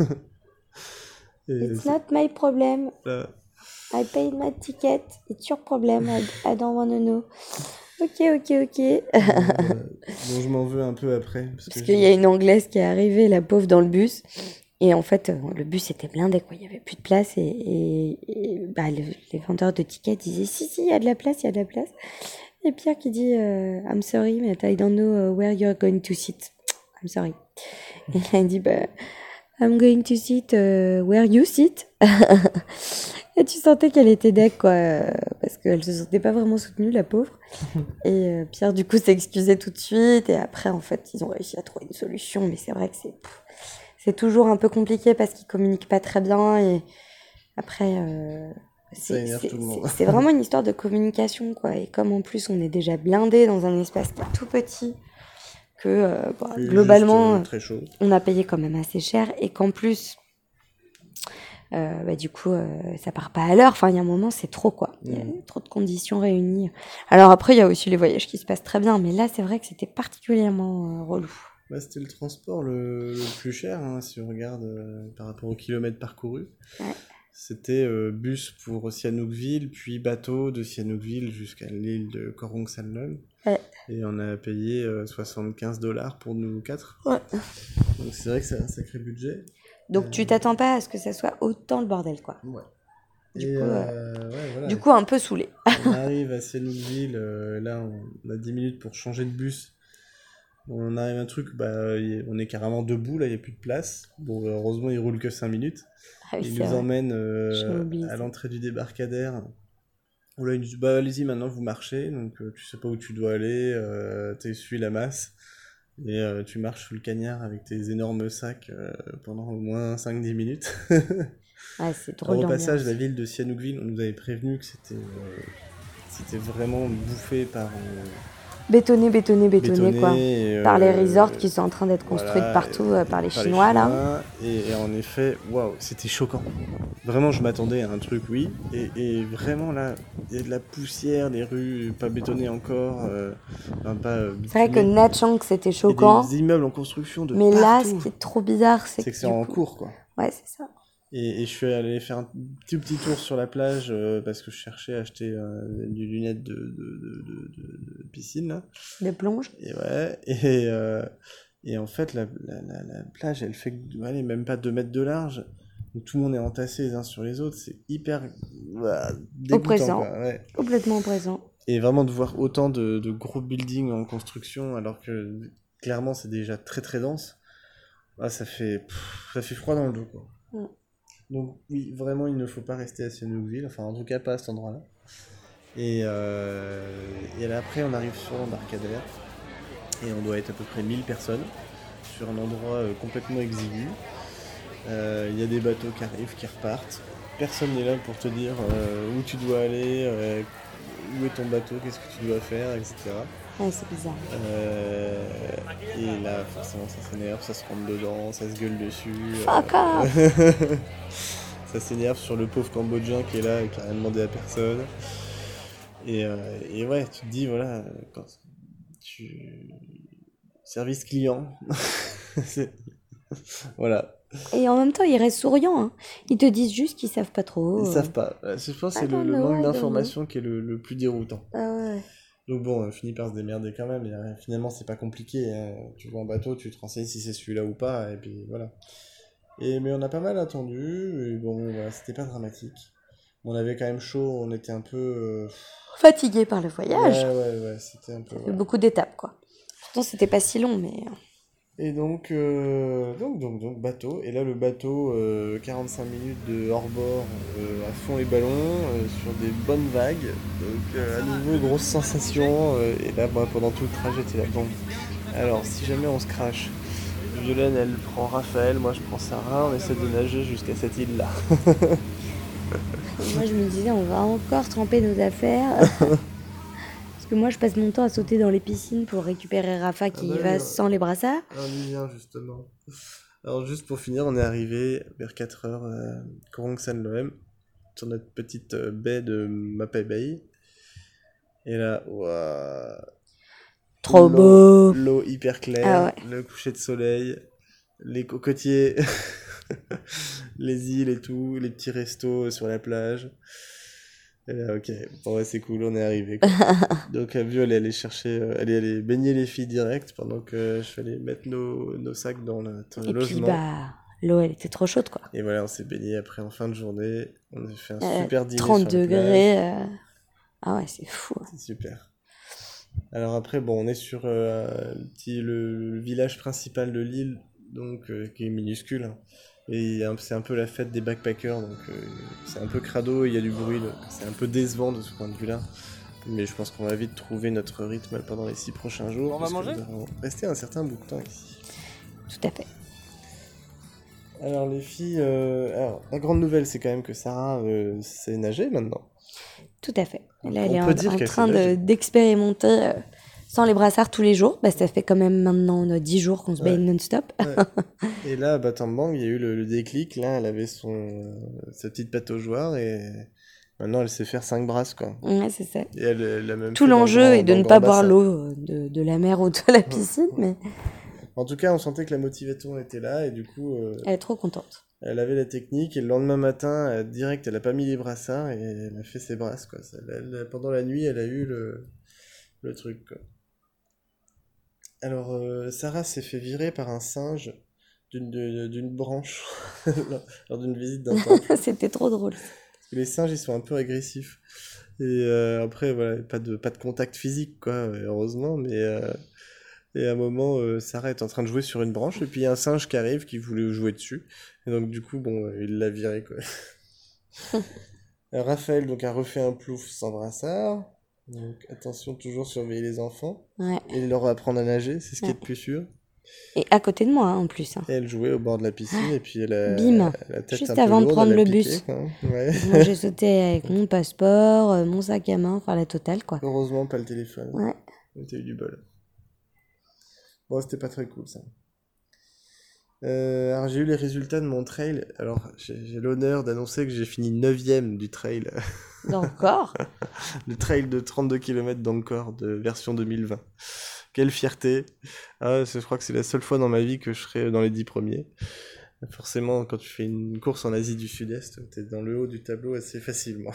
Et It's c'est not my problem. là. I paid my ticket. It's your problem. I, I don't wanna know. Ok, ok, ok. Euh, voilà. Bon, je m'en veux un peu après. Parce, Parce que qu'il je- y a une Anglaise qui est arrivée, la pauvre, dans le bus. Et en fait, euh, le bus était blindé, quoi. Il y avait plus de place. Et, et, et, bah, le- les vendeurs de tickets disaient si, si, il y a de la place, il y a de la place. Et Pierre qui dit euh, I'm sorry, but I don't know uh, where you're going to sit. I'm sorry. Et là, il dit bah, I'm going to sit uh, where you sit. Et tu sentais qu'elle était deck, quoi. euh, Parce qu'elle se sentait pas vraiment soutenue, la pauvre. Et euh, Pierre, du coup, s'est excusé tout de suite. Et après, en fait, ils ont réussi à trouver une solution. Mais c'est vrai que c'est, pff, c'est toujours un peu compliqué parce qu'ils communiquent pas très bien. Et après, euh, Ça c'est, énerve c'est, tout le monde. c'est- c'est vraiment une histoire de communication, quoi. Et comme en plus, on est déjà blindé dans un espace qui est tout petit, que euh, bah, C'est juste, globalement, euh, très chaud. on a payé quand même assez cher. Et qu'en plus, euh, bah, du coup, euh, ça part pas à l'heure. Enfin, il y a un moment, c'est trop, quoi. Il y a Mhm. trop de conditions réunies. Alors après, il y a aussi les voyages qui se passent très bien. Mais là, c'est vrai que c'était particulièrement euh, relou. Bah, c'était le transport le, le plus cher, hein, si on regarde euh, par rapport au kilomètre parcouru. Ouais. C'était euh, bus pour Sihanoukville, puis bateau de Sihanoukville jusqu'à l'île de Korong-Salnon. Ouais. Et on a payé euh, soixante-quinze dollars pour nous quatre. Ouais. Donc c'est vrai que c'est un sacré budget. Donc tu t'attends pas à ce que ça soit autant le bordel, quoi. Ouais. Du Et coup, euh, ouais, voilà. Du coup, un peu saoulé. On arrive à Sihanoukville, euh, là on a dix minutes pour changer de bus. On arrive à un truc, bah, y- on est carrément debout, là il n'y a plus de place. Bon, heureusement il roule que cinq minutes. Ah oui, Il c'est nous vrai. emmène euh, J'avais oublié à ça. l'entrée du débarcadère. Où là, il nous dit, bah allez-y, maintenant vous marchez. Donc euh, tu sais pas où tu dois aller, euh, t'essuies la masse. Et euh, tu marches sous le cagnard avec tes énormes sacs euh, pendant au moins cinq dix minutes. Ah, c'est Alors, drôle au passage, d'ambiance. la ville de Sihanoukville, on nous avait prévenu que c'était euh, c'était vraiment bouffé par, euh, bétonné, bétonné, bétonné, bétonné, quoi. et, Par les euh, resorts qui sont en train d'être construits voilà, partout euh, par les par Chinois, là. Chinois, Et, et en effet, waouh, c'était choquant. Vraiment, je m'attendais à un truc, oui. Et, et vraiment, là, il y a de la poussière, les rues pas bétonnées encore, euh, enfin, pas euh, C'est vrai que bitumées. Natchang, c'était Et choquant. des immeubles en construction de Mais là, partout. ce qui est trop bizarre, c'est C'est que, que c'est du en coup- cours, quoi. Ouais, c'est ça. Et, et je suis allé faire un petit petit tour sur la plage euh, parce que je cherchais à acheter euh, des lunettes de, de, de, de- de- de piscine, là. De plonge. Et ouais, et, euh, et en fait, la, la, la, la plage, elle fait allez, même pas deux mètres de large. Donc tout le monde est entassé les uns sur les autres. C'est hyper ouah, dégoûtant, Oppressant. quoi. Ouais. Complètement présent. Et vraiment de voir autant de, de gros buildings en construction, alors que clairement, c'est déjà très très dense. Ah, ça fait, pff, ça fait froid dans le dos, quoi. Mm. Donc oui, vraiment, il ne faut pas rester à Sihanoukville, enfin en tout cas pas à cet endroit-là. Et, euh, et là, après, on arrive sur l'embarcadère, et on doit être à peu près mille personnes, sur un endroit euh, complètement exigu. Euh, Il y a des bateaux qui arrivent, qui repartent. Personne n'est là pour te dire euh, où tu dois aller, euh, où est ton bateau, qu'est-ce que tu dois faire, et cetera. Ouais, c'est bizarre. Euh, et là, forcément, ça s'énerve, ça se rentre dedans, ça se gueule dessus. Fuck euh, off. Ça s'énerve sur le pauvre Cambodgien qui est là et qui a rien demandé à personne. Et, euh, et ouais, tu te dis, voilà, quand tu... Service client. C'est- Voilà. Et en même temps, ils restent souriants. Hein. Ils te disent juste qu'ils savent pas trop. Ils euh. savent pas. Euh, Je pense que c'est I le, don't le know, I manque don't d'information qui est le, le plus déroutant. Ah ouais. Donc bon, on finit par se démerder quand même. Et, euh, finalement, c'est pas compliqué. Hein. Tu vois un bateau, tu te renseignes si c'est celui-là ou pas. Et puis voilà. Et, mais on a pas mal attendu. Et bon, voilà, c'était pas dramatique. On avait quand même chaud. On était un peu... euh, Fatigués par le voyage. Ouais, ouais, ouais. C'était un peu... Il y a eu voilà. beaucoup d'étapes, quoi. Pourtant, c'était pas si long, mais... Et donc, euh, donc, donc, donc, bateau. Et là, le bateau, euh, quarante-cinq minutes de hors-bord, euh, à fond les ballons, euh, sur des bonnes vagues. Donc, euh, à nouveau, grosse sensation. euh, et là, bah, pendant tout le trajet, t'es là. Bon, alors, si jamais on se crache, Violaine, elle prend Raphaël, moi je prends Sarah, on essaie de nager jusqu'à cette île-là. Moi, je me disais, on va encore tremper nos affaires. Parce que moi, je passe mon temps à sauter dans les piscines pour récupérer Rafa qui Ah bah y va oui, sans les brassards. On y vient, justement. Alors, juste pour finir, on est arrivé vers quatre heures, euh, Korong San Loem, sur notre petite euh, baie de Mapai Bay. Et là, ouah, Trop l'eau- beau. L'eau hyper claire, Ah ouais. le coucher de soleil, les cocotiers, les îles et tout, les petits restos sur la plage. Et là, ok, bon, ouais, c'est cool, on est arrivé. Quoi. Donc, à vue, elle est allée chercher, euh, elle est allée baigner les filles direct pendant que je suis allé mettre nos, nos sacs dans notre Et puis, logement. bah, l'eau, elle était trop chaude, quoi. Et voilà, on s'est baigné après en fin de journée. On a fait un Euh, super dîner trente sur la plage. degrés. euh, Ah ouais, c'est fou. hein. C'est super. Alors après, bon, on est sur euh, le, petit, le, le village principal de l'île, donc euh, qui est minuscule. Hein. Et il y a un- c'est un peu la fête des backpackers, donc euh, c'est un peu crado, il y a du bruit, donc c'est un peu décevant de ce point de vue-là. Mais je pense qu'on va vite trouver notre rythme pendant les six prochains jours. On va parce que manger nous allons rester un certain bout de temps ici. Tout à fait. Alors les filles, euh, alors la grande nouvelle c'est quand même que Sarah euh, sait nager maintenant. Tout à fait. Et là, On elle est peut en, dire en qu'elle train sait nager. de- d'expérimenter euh, sans les brassards tous les jours. Bah, ça fait quand même maintenant euh, dix jours qu'on se Ouais. baigne non-stop. Ouais. Et là, à Battambang, il y a eu le, le déclic. Là, elle avait son, euh, sa petite pataugeoire et maintenant elle sait faire cinq brasses, quoi. Ouais, c'est ça. Et elle, elle a même Tout fait dans le l'enjeu grand- est de dans ne le pas grand boire bassin. l'eau euh, de, de la mer ou de la piscine, mais En tout cas, on sentait que la motivation était là et du coup, euh, elle est trop contente. elle avait la technique. Et le lendemain matin, euh, direct, elle a pas mis les brassards et elle a fait ses brasses, quoi. Ça, elle- elle- pendant la nuit, elle a eu le, le truc, quoi. Alors, euh, Sarah s'est fait virer par un singe d'une de- d'une branche lors d'une visite d'un temple. C'était trop drôle. Parce que les singes, ils sont un peu agressifs. Et euh, après, voilà, pas de, pas de contact physique, quoi, heureusement. Mais euh, et à un moment, euh, Sarah est en train de jouer sur une branche, et puis il y a un singe qui arrive qui voulait jouer dessus. Et donc, du coup, bon, euh, il l'a viré, quoi. Alors, Raphaël donc, a refait un plouf sans brassard. Donc, attention, toujours surveiller les enfants. Ouais. Et leur apprendre à nager, c'est ce qui est Ouais. le plus sûr. Et à côté de moi, hein, en plus. hein. Et elle jouait au bord de la piscine, et puis elle a Bim. la tête Juste un peu avant de lourde, prendre elle a le piqué, bus. quoi. Ouais. Moi, j'ai sauté avec mon passeport, euh, mon sac à main, enfin la totale, quoi. Heureusement, pas le téléphone. Ouais. T'as eu du bol. Bon, c'était pas très cool, ça. Euh, alors, j'ai eu les résultats de mon trail. Alors, j'ai, j'ai l'honneur d'annoncer que j'ai fini neuvième du trail. D'Angkor. Le trail de trente-deux kilomètres d'Angkor, de version deux mille vingt. Quelle fierté. Ah, je crois que c'est la seule fois dans ma vie que je serai dans les dix premiers. Forcément, quand tu fais une course en Asie du Sud-Est, t'es dans le haut du tableau assez facilement.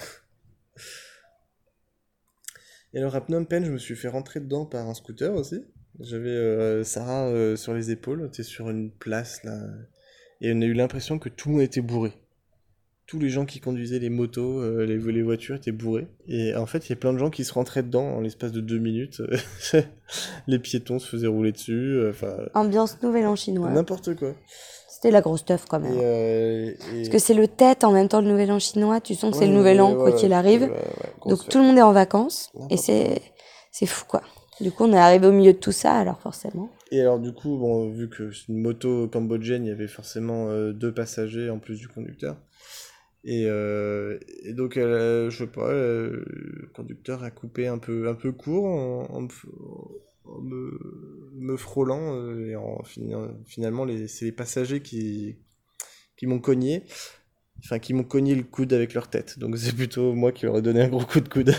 Et alors à Phnom Penh, je me suis fait rentrer dedans par un scooter aussi. J'avais euh, Sarah euh, sur les épaules, t'es sur une place là. Et on a eu l'impression que tout le monde était bourré. Tous les gens qui conduisaient les motos, euh, les, les voitures étaient bourrés. Et en fait, il y a plein de gens qui se rentraient dedans en l'espace de deux minutes. Les piétons se faisaient rouler dessus. Enfin, euh, Ambiance Nouvel An chinois. N'importe quoi. C'était la grosse teuf quand même. Et, euh, et... Parce que c'est le tête en même temps le Nouvel An chinois. Tu sens que ouais, c'est le Nouvel An quoi ouais, qu'il arrive. Ouais, ouais, Donc fête. Tout le monde est en vacances. N'importe et c'est, c'est fou quoi. Du coup, on est arrivé au milieu de tout ça, alors forcément. Et alors du coup, bon, vu que c'est une moto cambodgienne, il y avait forcément euh, deux passagers en plus du conducteur. Et, euh, et donc, elle, je sais pas, euh, le conducteur a coupé un peu, un peu court en, en, en me, me frôlant. Euh, et en, finalement, les, c'est les passagers qui, qui m'ont cogné. Enfin, qui m'ont cogné le coude avec leur tête. Donc c'est plutôt moi qui leur ai donné un gros coup de coude.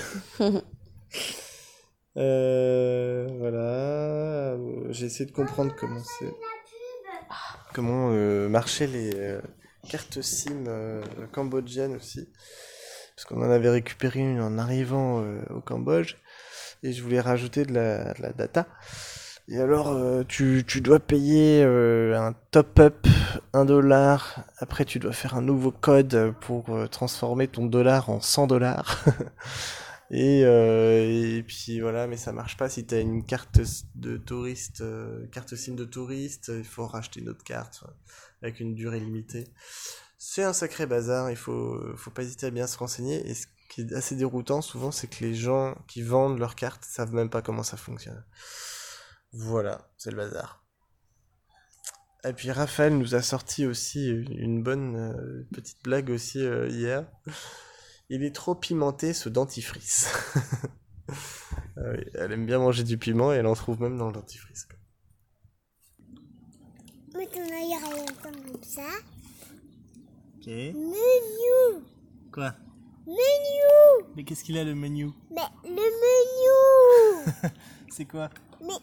euh, voilà. J'ai essayé de comprendre comment c'est... Comment euh, marchaient les... Euh, carte SIM euh, cambodgienne aussi, parce qu'on en avait récupéré une en arrivant euh, au Cambodge, et je voulais rajouter de la, de la data. Et alors, euh, tu, tu dois payer euh, un top-up, un dollar, après tu dois faire un nouveau code pour euh, transformer ton dollar en cent dollars. Et, euh, et puis voilà, mais ça marche pas si t'as une carte de touriste, euh, carte SIM de touriste, il faut racheter une autre carte enfin, avec une durée limitée. C'est un sacré bazar, il faut, faut pas hésiter à bien se renseigner. Et ce qui est assez déroutant souvent, c'est que les gens qui vendent leurs cartes savent même pas comment ça fonctionne. Voilà, c'est le bazar. Et puis Raphaël nous a sorti aussi une bonne euh, petite blague aussi euh, hier. Il est trop pimenté, ce dentifrice. Ah oui, elle aime bien manger du piment et elle en trouve même dans le dentifrice. Quoi. Maintenant, il y a rien comme ça. Ok. Menu. Quoi? Menu. Mais qu'est-ce qu'il a le menu? Mais le menu. C'est quoi? Mais...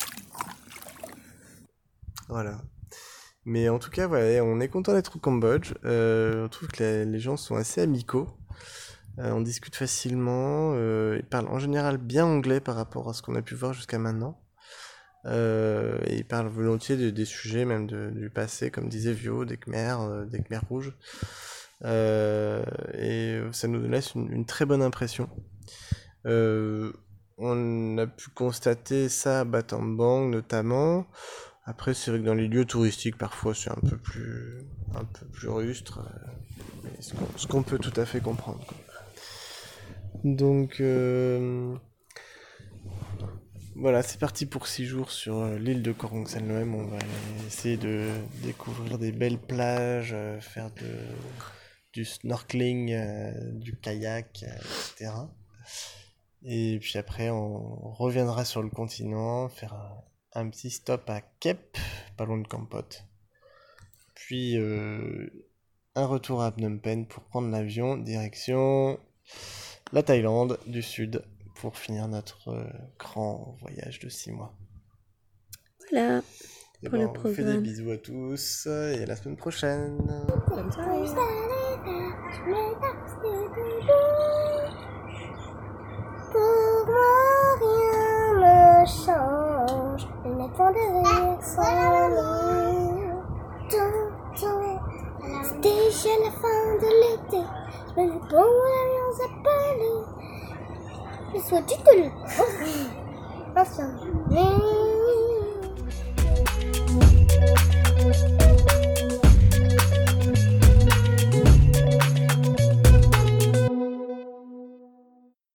Voilà. Mais en tout cas, voilà, on est content d'être au Cambodge. Euh, on trouve que les, les gens sont assez amicaux. Euh, on discute facilement, euh, ils parlent en général bien anglais par rapport à ce qu'on a pu voir jusqu'à maintenant. Euh, et ils parlent volontiers de, des sujets, même de, du passé, comme disait Vio, des Khmers, euh, des Khmers rouges. Euh, et ça nous laisse une, une très bonne impression. Euh, on a pu constater ça à Battambang notamment. Après, c'est vrai que dans les lieux touristiques, parfois, c'est un peu plus, un peu plus rustre. Mais ce qu'on, ce qu'on peut tout à fait comprendre, quoi. Donc, euh, voilà, c'est parti pour six jours sur l'île de Koh Rong Salnoem. On va essayer de découvrir des belles plages, faire de, du snorkeling, euh, du kayak, et cetera. Et puis après, on reviendra sur le continent, faire un, un petit stop à Kep, pas loin de Kampot. Puis, euh, un retour à Phnom Penh pour prendre l'avion, direction... la Thaïlande du Sud pour finir notre euh, grand voyage de six mois. Voilà et pour ben, le programme. On fait des bisous à tous et à la semaine prochaine. Comme ça. Pour moi rien ne change, je n'attends de rire sans lui. C'est déjà la fin de l'été. Je me dis bon l'avion s'appelle. Je souhaite du tout. Ensemble.